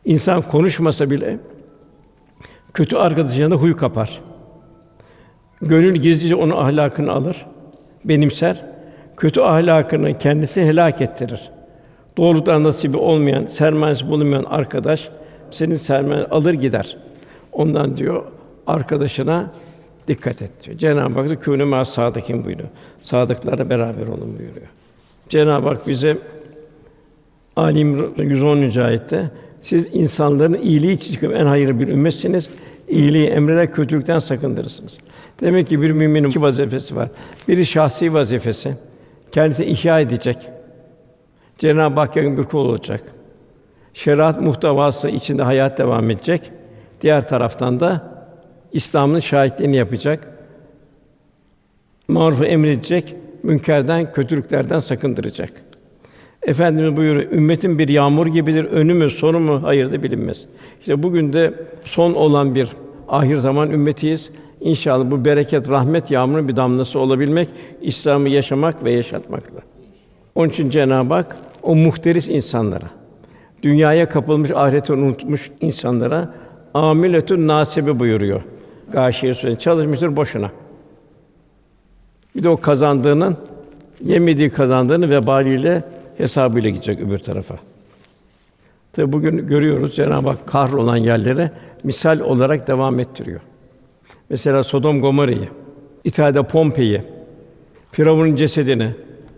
Speaker 1: İnsan konuşmasa bile kötü arkadaşın yanında huy kapar. Gönül gizlice onun ahlakını alır, benimser. Kötü ahlakını kendisi helak ettirir. Doğrultudan nasibi olmayan, sermayesi bulunmayan arkadaş senin sermayeni alır gider. Ondan diyor arkadaşına dikkat et diyor. Cenab-ı Hak da kûnû mâ sâdikîn buyuruyor. Sadıklarla beraber olun buyuruyor. Cenab-ı Hak bize Ali İmran yüz onuncu ayette siz insanların iyiliği için çıkıp en hayırlı bir ümmetsiniz. İyiliği emreder, kötülükten sakındırırsınız. Demek ki bir müminin iki vazifesi var. Biri şahsi vazifesi. Kendisini ihya edecek. Cenab-ı Hakk'ın bir kul olacak. Şeriat muhtevası içinde hayat devam edecek. Diğer taraftan da İslam'ın şahitliğini yapacak. Marufu emredecek, münkerden, kötülüklerden sakındıracak. Efendimiz buyuruyor, ümmetin bir yağmur gibidir, önü mü, sonu mu hayırda bilinmez. İşte bugün de son olan bir ahir zaman ümmetiyiz. İnşallah bu bereket, rahmet yağmurunun bir damlası olabilmek, İslam'ı yaşamak ve yaşatmakla. Onun için Cenab-ı Hak o muhteris insanlara, dünyaya kapılmış, ahireti unutmuş insanlara âmiletün nâsibe buyuruyor. Gâşiye Sûresi'nde çalışmıştır boşuna. Bir de o kazandığının, yemediği kazandığını vebaliyle hesabıyla gidecek öbür tarafa. Tabi bugün görüyoruz Cenab-ı Hak kahrolan yerlere misal olarak devam ettiriyor. Mesela Sodom Gomorra'yı, İtalya'da Pompei'yi, Firavun'un cesedini.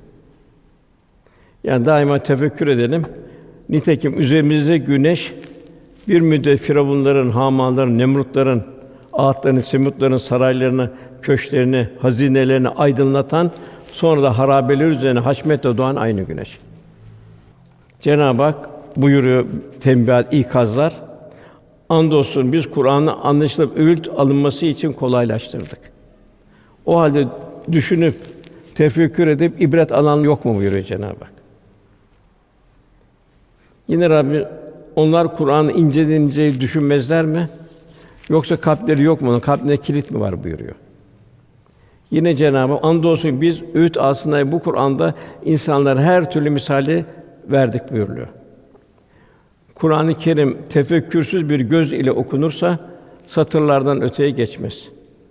Speaker 1: Yani daima tefekkür edelim. Nitekim üzerimizde güneş bir müddet Firavunların, Hamanların, Nemrutların, Ağatların, Semutların saraylarını, köşklerini, hazinelerini aydınlatan, sonra da harabeler üzerine haşmetle doğan aynı güneş. Cenab-ı Hak buyuruyor tembihat, ikazlar. Andolsun biz Kur'an'ı anlaşılıp öğüt alınması için kolaylaştırdık. O halde düşünüp tefekkür edip ibret alan yok mu buyuruyor Cenab-ı Hak. Yine Rabbim onlar Kur'an'ı inceden inceye düşünmezler mi? Yoksa kalpleri yok mu? Kalbinde kilit mi var buyuruyor. Yine Cenab-ı Hak andolsun biz öğüt alsınlar bu Kur'an'da insanlara her türlü misali verdik buyuruyor. Kur'an-ı Kerim tefekkürsüz bir göz ile okunursa satırlardan öteye geçmez.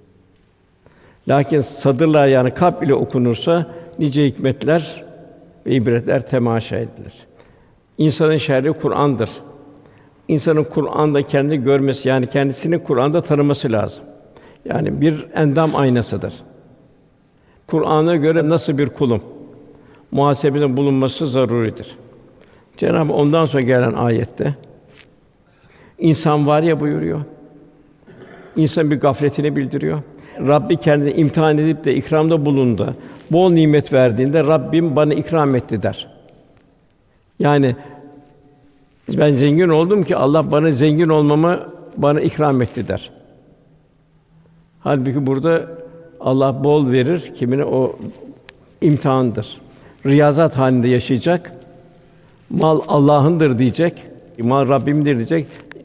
Speaker 1: Lakin sadırlar yani kalp ile okunursa nice hikmetler ve ibretler temaşa edilir. İnsanın şerri Kur'an'dır. İnsanın Kur'an'da kendi görmesi yani kendisini Kur'an'da tanıması lazım. Yani bir endam aynasıdır. Kur'an'a göre nasıl bir kulum? Muhasebede bulunması zaruridir. Cenab-ı Hak ondan sonra gelen ayette insan var ya buyuruyor. İnsan bir gafletini bildiriyor. Rabbi kendini imtihan edip de ikramda bulundu. Bol nimet verdiğinde Rabbim bana ikram etti der. Yani ben zengin oldum ki Allah bana zengin olmamı bana ikram etti der. Halbuki burada Allah bol verir, kimine o imtihandır. Riyazat halinde yaşayacak. Mal Allah'ındır diyecek. Mal Rabbimdir diyecek.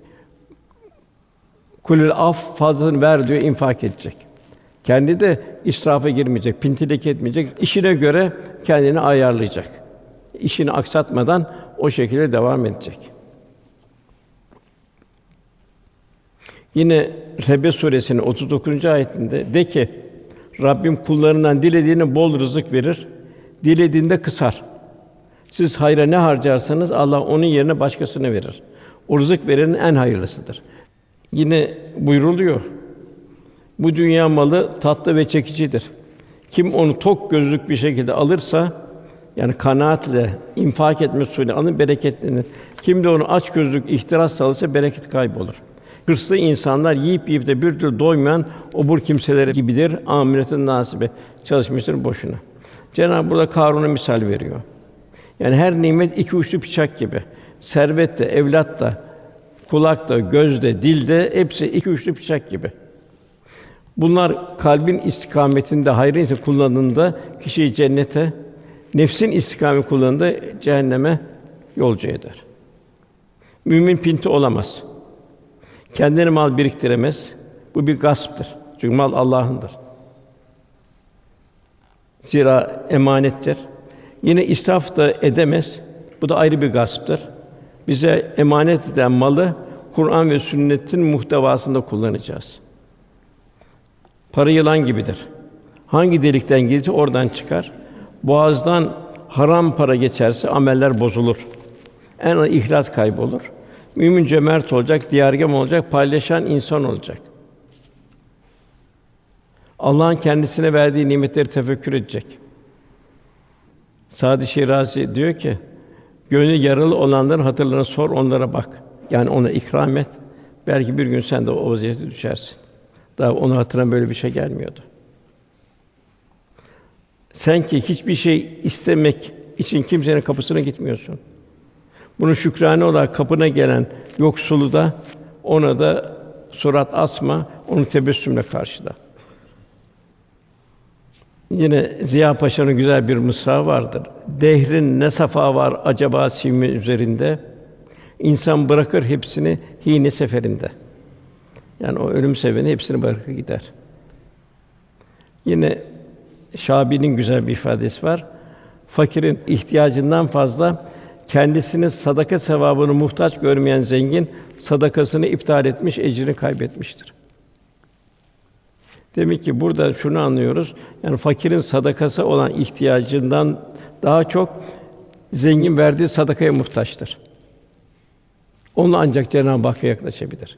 Speaker 1: Kulül af fazlasını ver diyor, infak edecek. Kendi de israfa girmeyecek, pintilik etmeyecek. İşine göre kendini ayarlayacak. İşini aksatmadan o şekilde devam edecek. Yine Rebe suresinin otuz dokuzuncu ayetinde de ki Rabbim kullarından dilediğine bol rızık verir, dilediğinde kısar. Siz hayra ne harcarsanız Allah onun yerine başkasına verir. O rızık verenin en hayırlısıdır. Yine buyruluyor. Bu dünya malı tatlı ve çekicidir. Kim onu tok gözlük bir şekilde alırsa yani kanaatle infak etme usulü alın bereketlenir. Kim de onu aç gözlük ihtiras alırsa bereket kaybolur. Hırslı insanlar yiyip yiyip de bir türlü doymayan obur kimseler gibidir. Âmiletün nâsibe çalışmıştır boşuna. Cenab-ı Hak burada Kârun'a misal veriyor. Yani her nimet iki uçlu bıçak gibi. Servet de, evlat da, kulak da, göz de, dil de hepsi iki uçlu bıçak gibi. Bunlar kalbin istikametinde hayrın ise kullanıldığında kişiyi cennete, nefsin istikameti kullanıldığında cehenneme yolcu eder. Mümin pinti olamaz. Kendine mal biriktiremez. Bu bir gasptır. Çünkü mal Allah'ındır. Zira emanettir. Yine israf da edemez. Bu da ayrı bir gasptır. Bize emanet eden malı Kur'an ve sünnetin muhtevasında kullanacağız. Para yılan gibidir. Hangi delikten girse oradan çıkar. Boğazdan haram para geçerse ameller bozulur. En az ihlas kaybolur. Mümin cömert olacak, diyargâm olacak, paylaşan insan olacak. Allah'ın kendisine verdiği nimetleri tefekkür edecek. Sâd-ı Şirazi diyor ki, gönlü yaralı olanların hatırlarına sor, onlara bak. Yani ona ikram et. Belki bir gün sen de o vaziyete düşersin. Daha onun hatırına böyle bir şey gelmiyordu. Sen ki hiçbir şey istemek için kimsenin kapısına gitmiyorsun. Bunu şükrâne olarak kapına gelen yoksulu da ona da surat asma, onu tebessümle karşıla. Yine Ziya Paşa'nın güzel bir mısrağı vardır. Dehrin ne safa var acaba sivmi üzerinde? İnsan bırakır hepsini hîn-i seferinde. Yani o ölüm seveni hepsini bırakır gider. Yine Şabi'nin güzel bir ifadesi var. Fakirin ihtiyacından fazla kendisini sadaka sevabını muhtaç görmeyen zengin sadakasını iptal etmiş, ecrini kaybetmiştir. Demek ki burada şunu anlıyoruz. Yani fakirin sadakası olan ihtiyacından daha çok zengin verdiği sadakaya muhtaçtır. Onunla ancak Cenab-ı Hakk'a yaklaşabilir.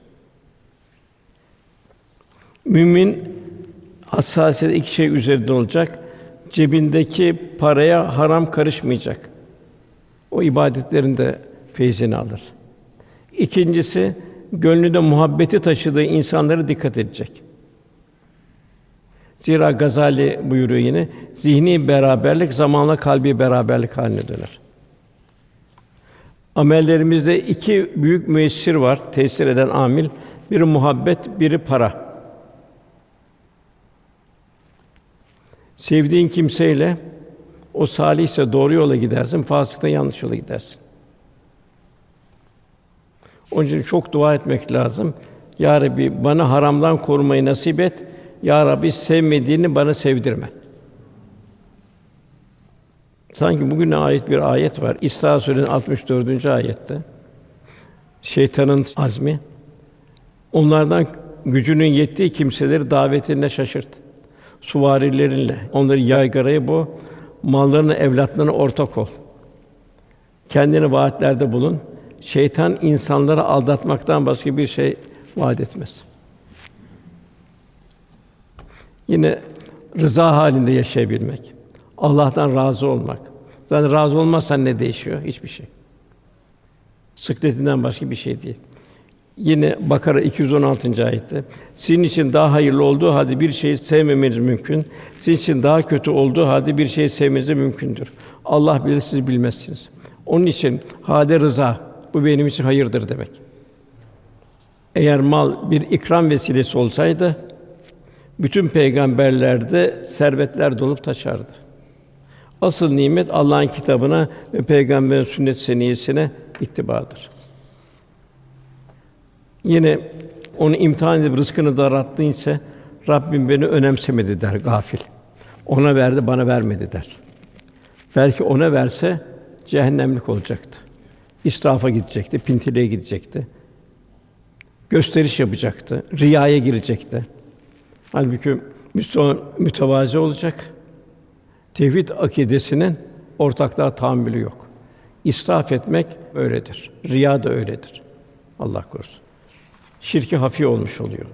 Speaker 1: Mümin hassasiyet iki şey üzerinde olacak. Cebindeki paraya haram karışmayacak. O ibadetlerin de feyzini alır. İkincisi, gönlünde muhabbeti taşıdığı insanlara dikkat edecek. Zira Gazali buyuruyor yine, zihni beraberlik zamanla kalbi beraberlik haline döner. Amellerimizde iki büyük müessir var, tesir eden amil. Biri muhabbet, biri para. Sevdiğin kimseyle o salihse doğru yola gidersin, fasıksa yanlış yola gidersin. Onun için çok dua etmek lazım. Ya Rabbi bana haramdan korumayı nasip et. Ya Rabbi sevmediğini bana sevdirme. Sanki bugüne ait bir ayet var. İsra Sûresinin altmış dördüncü ayette. Şeytanın azmi, onlardan gücünün yettiği kimseleri davetine şaşırt. Suvarilerinle onları yaygaraya boğ, mallarına, evlatlarına ortak ol. Kendine vaatlerde bulun. Şeytan insanları aldatmaktan başka bir şey vaat etmez. Yine rıza halinde yaşayabilmek. Allah'tan razı olmak. Zaten razı olmazsan ne değişiyor? Hiçbir şey. Sıkletinden başka bir şey değil. Yine Bakara iki yüz on altıncı ayette sizin için daha hayırlı olduğu halde bir şeyi sevmemeniz mümkün. Sizin için daha kötü olduğu halde bir şeyi sevmeniz de mümkündür. Allah bilir, siz bilmezsiniz. Onun için hâde rıza, bu benim için hayırdır demek. Eğer mal bir ikram vesilesi olsaydı bütün peygamberlerde servetler dolup taşardı. Asıl nimet Allah'ın kitabına ve peygamberin sünnet seniyyesine ittibadır. Yine onu imtihan edip rızkını daralttıysa Rabbim beni önemsemedi der gafil. Ona verdi, bana vermedi der. Belki ona verse cehennemlik olacaktı. İsrafa gidecekti, pintiliğe gidecekti. Gösteriş yapacaktı, riyaya girecekti. Halbuki Müslüman mütevazı olacak. Tevhid akidesinin ortaklığa tahammülü yok. İsraf etmek öyledir. Riya da öyledir. Allah korusun. Şirki hafif olmuş oluyor.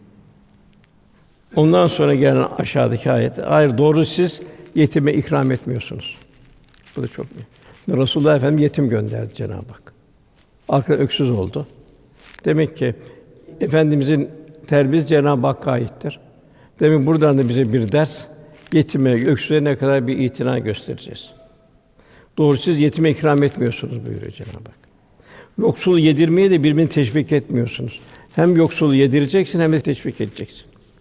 Speaker 1: Ondan sonra gelen aşağıdaki ayet. Hayır, doğru siz yetime ikram etmiyorsunuz. Bu da çok iyi. Resulullah Efendimiz yetim gönderdi Cenab-ı Hak. Aklı öksüz oldu. Demek ki Efendimizin terbiyesi Cenab-ı Hakk'a aittir. Demek buradan da bize bir ders, yetime, öksüze ne kadar bir itina göstereceğiz. Doğru siz yetime ikram etmiyorsunuz buyuruyor Cenab-ı Hak. Yoksulu yedirmeye de birbirini teşvik etmiyorsunuz. Hem yoksulu yedireceksin hem de teşvik edeceksin.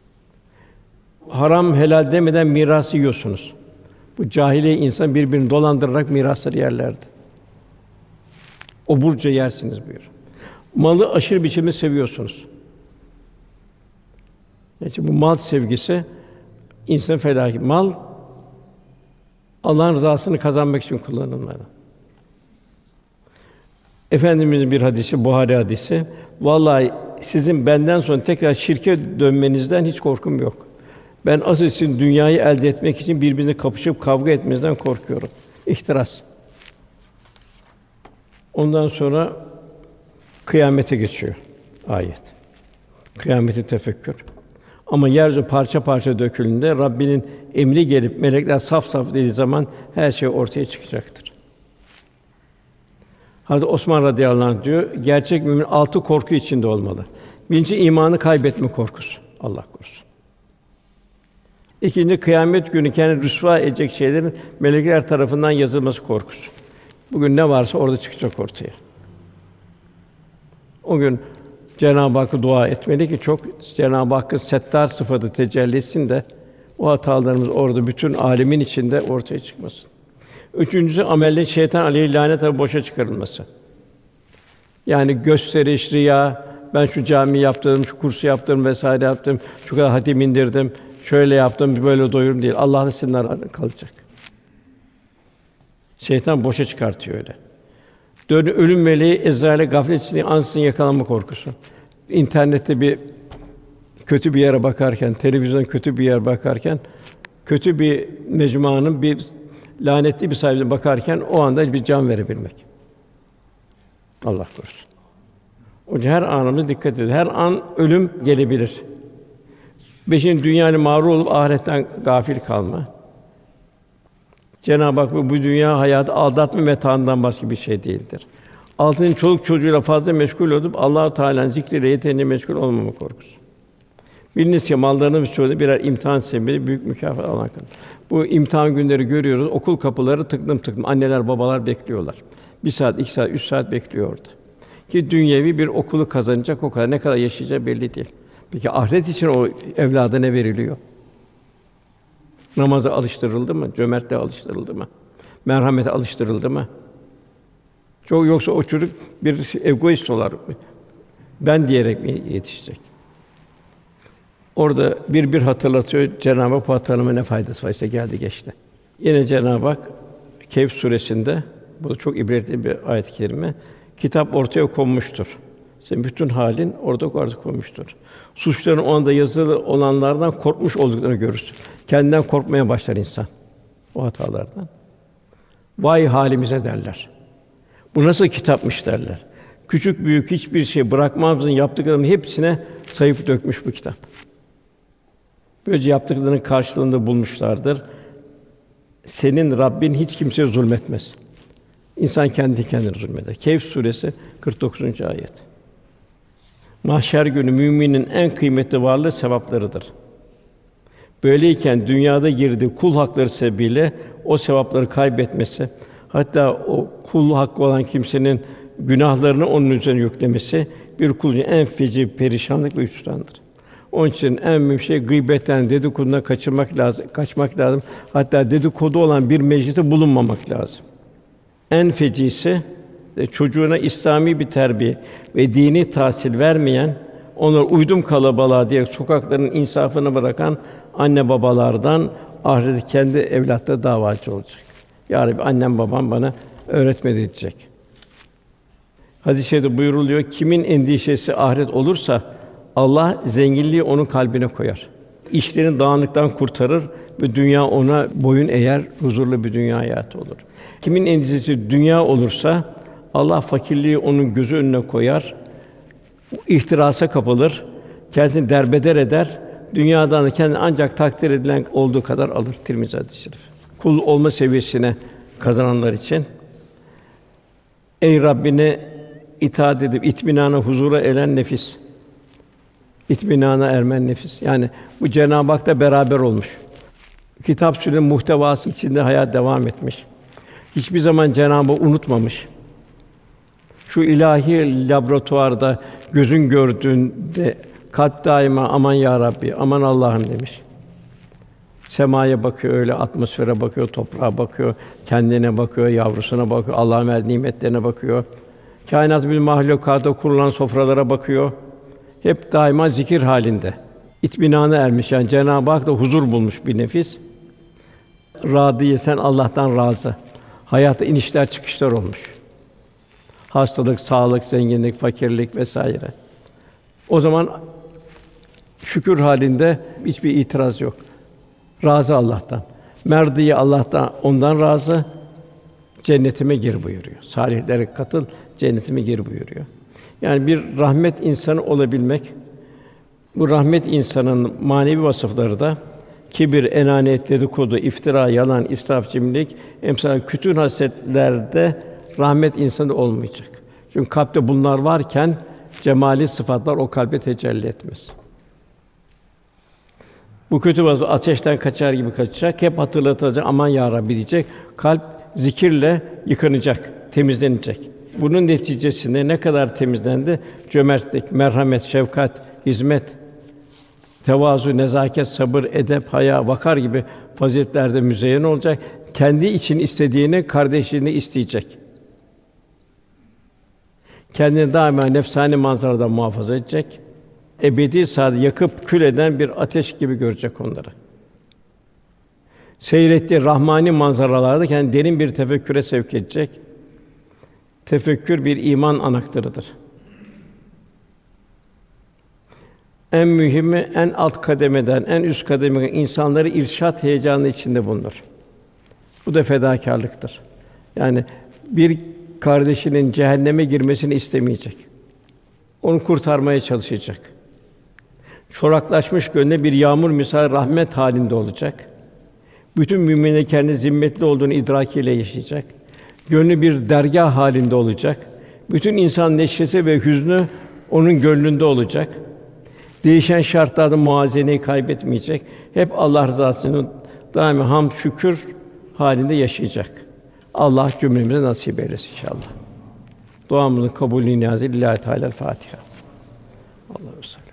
Speaker 1: Haram helal demeden mirası yiyorsunuz. Bu cahiliye insan birbirini dolandırarak mirasları yerlerdi. Oburca yersiniz buyuruyor. Malı aşırı biçimde seviyorsunuz. Yani bu mal sevgisi insan felâki. Mal Allah'ın rızasını kazanmak için kullanılmalı. Efendimizin bir hadisi, Buhari hadisi. Vallahi sizin benden sonra tekrar şirke dönmenizden hiç korkum yok. Ben asıl sizin dünyayı elde etmek için birbirinizle kapışıp kavga etmenizden korkuyorum. İhtiras. Ondan sonra kıyamete geçiyor ayet. Kıyameti tefekkür. Ama yeryüzü parça parça döküldüğünde Rabbinin emri gelip melekler saf saf dediği zaman her şey ortaya çıkacaktır. Hazreti Osman radıyallahu anh diyor, gerçek mümin altı korku içinde olmalı. Birinci imanı kaybetme korkusu. Allah korusun. İkinci kıyamet günü kendini rüsva edecek şeylerin melekler tarafından yazılması korkusu. Bugün ne varsa orada çıkacak ortaya. O gün Cenab-ı Hakk'a dua etmeli ki çok Cenab-ı Hakk'ın settar sıfatı tecelli etsin de o hatalarımız orada bütün âlemin içinde ortaya çıkmasın. Üçüncüsü amellerin şeytan aleyhi lanet tabi boşa çıkarılması. Yani gösteriş, riya, ben şu camiyi yaptırdım, şu kursu yaptım vesaire yaptım, şu kadar hatim indirdim, şöyle yaptım, böyle doyurum değil. Allah da senin aranda kalacak. Şeytan boşa çıkartıyor öyle. Dördüncü ölüm meleği Ezrail'e gaflet içinde ansızın yakalanma korkusu. İnternette bir kötü bir yere bakarken, televizyonda kötü bir yere bakarken, kötü bir mecmuanın bir lanetli bir sahibine bakarken o anda bir can verebilmek. Allah korusun. O yüzden her anımıza dikkat edin. Her an ölüm gelebilir. Beşinci dünyayla mağrur olup ahiretten gafil kalma. Cenab-ı Hak bu dünya hayatı aldatma metaından başka bir şey değildir. Altıncı çoluk çocuğuyla fazla meşgul olup Allah-u Teala'nın zikriyle yeterince meşgul olmama korkusu. Biliniz ki mallarınız çoğu birer imtihan sebebi büyük mükafat alan kadar. Bu imtihan günleri görüyoruz. Okul kapıları tıklım tıklım. Anneler, babalar bekliyorlar. Bir saat, iki saat, üç saat bekliyor orada. Ki dünyevi bir okulu kazanacak, o kadar ne kadar yaşayacağı belli değil. Peki ahiret için o evlada ne veriliyor? Namaza alıştırıldı mı? Cömertliğe alıştırıldı mı? Merhamete alıştırıldı mı? Çok yoksa o çocuk bir egoist olarak ben diyerek mi yetişecek? Orada bir bir hatırlatıyor Cenab-ı Hak, bu hatırlama ne faydası var? İşte geldi geçti. Yine Cenab-ı Hak Kehf suresinde, bu da çok ibretli bir ayet-i kerime. Kitap ortaya konmuştur. Senin bütün halin orada ortaya konmuştur. Suçların o anda yazılı olanlardan korkmuş olduklarını görürsün. Kendinden korkmaya başlar insan o hatalardan. Vay halimize derler. Bu nasıl kitapmış derler. Küçük büyük hiçbir şey bırakmamızın yaptıklarının hepsine sayıp dökmüş bu kitap. Böylece yaptıklarının karşılığında bulmuşlardır. Senin Rabbin hiç kimseye zulmetmez. İnsan kendi kendine zulmeder. Kehf suresi kırk dokuzuncu ayet. Mahşer günü müminin en kıymetli varlığı sevaplarıdır. Böyleyken dünyada girdiği kul hakları sebebiyle o sevapları kaybetmesi, hatta o kul hakkı olan kimsenin günahlarını onun üzerine yüklemesi bir kulun en feci perişanlık ve hüsrandır. Onun için en mühim şey gıybetten, dedikodudan kaçırmak lazım, kaçmak lazım. Hatta dedikodu olan bir mecliste bulunmamak lazım. En fecisi çocuğuna İslami bir terbiye ve dini tahsil vermeyen, onları uydum kalabalığa diye sokakların insafını bırakan anne babalardan ahirette kendi evlatları davacı olacak. Ya Rabbi, annem babam bana öğretmedi diyecek. Hadis-i şerifte buyuruluyor, kimin endişesi ahiret olursa Allah zenginliği onun kalbine koyar. İşlerini dağınıktan kurtarır ve dünya ona boyun eğer, huzurlu bir dünya hayatı olur. Kimin endişesi dünya olursa Allah fakirliği onun gözü önüne koyar, ihtirasa kapılır, kendisini derbeder eder, dünyadan da kendini ancak takdir edilen olduğu kadar alır. Tirmizi hadis-i şerif. Kul olma seviyesine kazananlar için ey Rabbine itaat edip itminana, huzura eren nefis. İtminana ermen nefis. Yani bu Cenab-ı Hak'la beraber olmuş. Kitap sürünün muhtevası içinde hayat devam etmiş. Hiçbir zaman Cenab-ı Hak unutmamış. Şu ilahi laboratuvarda gözün gördüğünde kalp daima aman ya Rabbi, aman Allah'ım demiş. Semaya bakıyor, öyle atmosfere bakıyor, toprağa bakıyor, kendine bakıyor, yavrusuna bakıyor, Allah'ın verdiği nimetlerine bakıyor. Kainat bir mahlukata kurulan sofralara bakıyor. Hep daima zikir halinde. İtminana ermiş, yani Cenab-ı Hak da huzur bulmuş bir nefis. Râdiye, sen Allah'tan razı. Hayatta inişler çıkışlar olmuş. Hastalık, sağlık, zenginlik, fakirlik vesaire. O zaman şükür halinde hiçbir itiraz yok. Razı Allah'tan. Merdiye Allah'tan, ondan razı. Cennetime gir buyuruyor. Salihlere katıl, cennetime gir buyuruyor. Yani bir rahmet insanı olabilmek, bu rahmet insanın manevi vasıfları da kibir, enaniyet, dedikodu, iftira, yalan, israf, cimrilik, emsal bütün hasletlerde rahmet insanı olmayacak. Çünkü kalpte bunlar varken cemali sıfatlar o kalbe tecelli etmez. Bu kötü vasıf ateşten kaçar gibi kaçacak. Hep hatırlatacak. Aman ya Rabbi diyecek. Kalp zikirle yıkanacak, temizlenecek. Bunun neticesinde ne kadar temizlendi? Cömertlik, merhamet, şefkat, hizmet, tevazu, nezaket, sabır, edep, haya, vakar gibi faziletlerde müzeyyen olacak. Kendi için istediğini kardeşliğinde isteyecek. Kendini daima nefsani manzaradan muhafaza edecek. Ebedi saadet yakıp kül eden bir ateş gibi görecek onları. Seyrettiği rahmani manzaralarda kendini derin bir tefekküre sevk edecek. Tefekkür bir iman anahtarıdır. En mühimi en alt kademeden en üst kademeye insanları irşad heyecanı içinde bulunur. Bu da fedakârlıktır. Yani bir kardeşinin cehenneme girmesini istemeyecek. Onu kurtarmaya çalışacak. Çoraklaşmış gönlüne bir yağmur misal rahmet halinde olacak. Bütün müminlerin kendi zimmetli olduğunu idrakiyle yaşayacak. Gönlü bir dergâh halinde olacak. Bütün insan neşesi ve hüznü onun gönlünde olacak. Değişen şartlarda muvazeneyi kaybetmeyecek. Hep Allah rızasını daima hamd şükür halinde yaşayacak. Allah cümlemize nasip eylesin inşallah. Duamızın kabulü niyazı lillahi Teala Fatiha. Allah'ım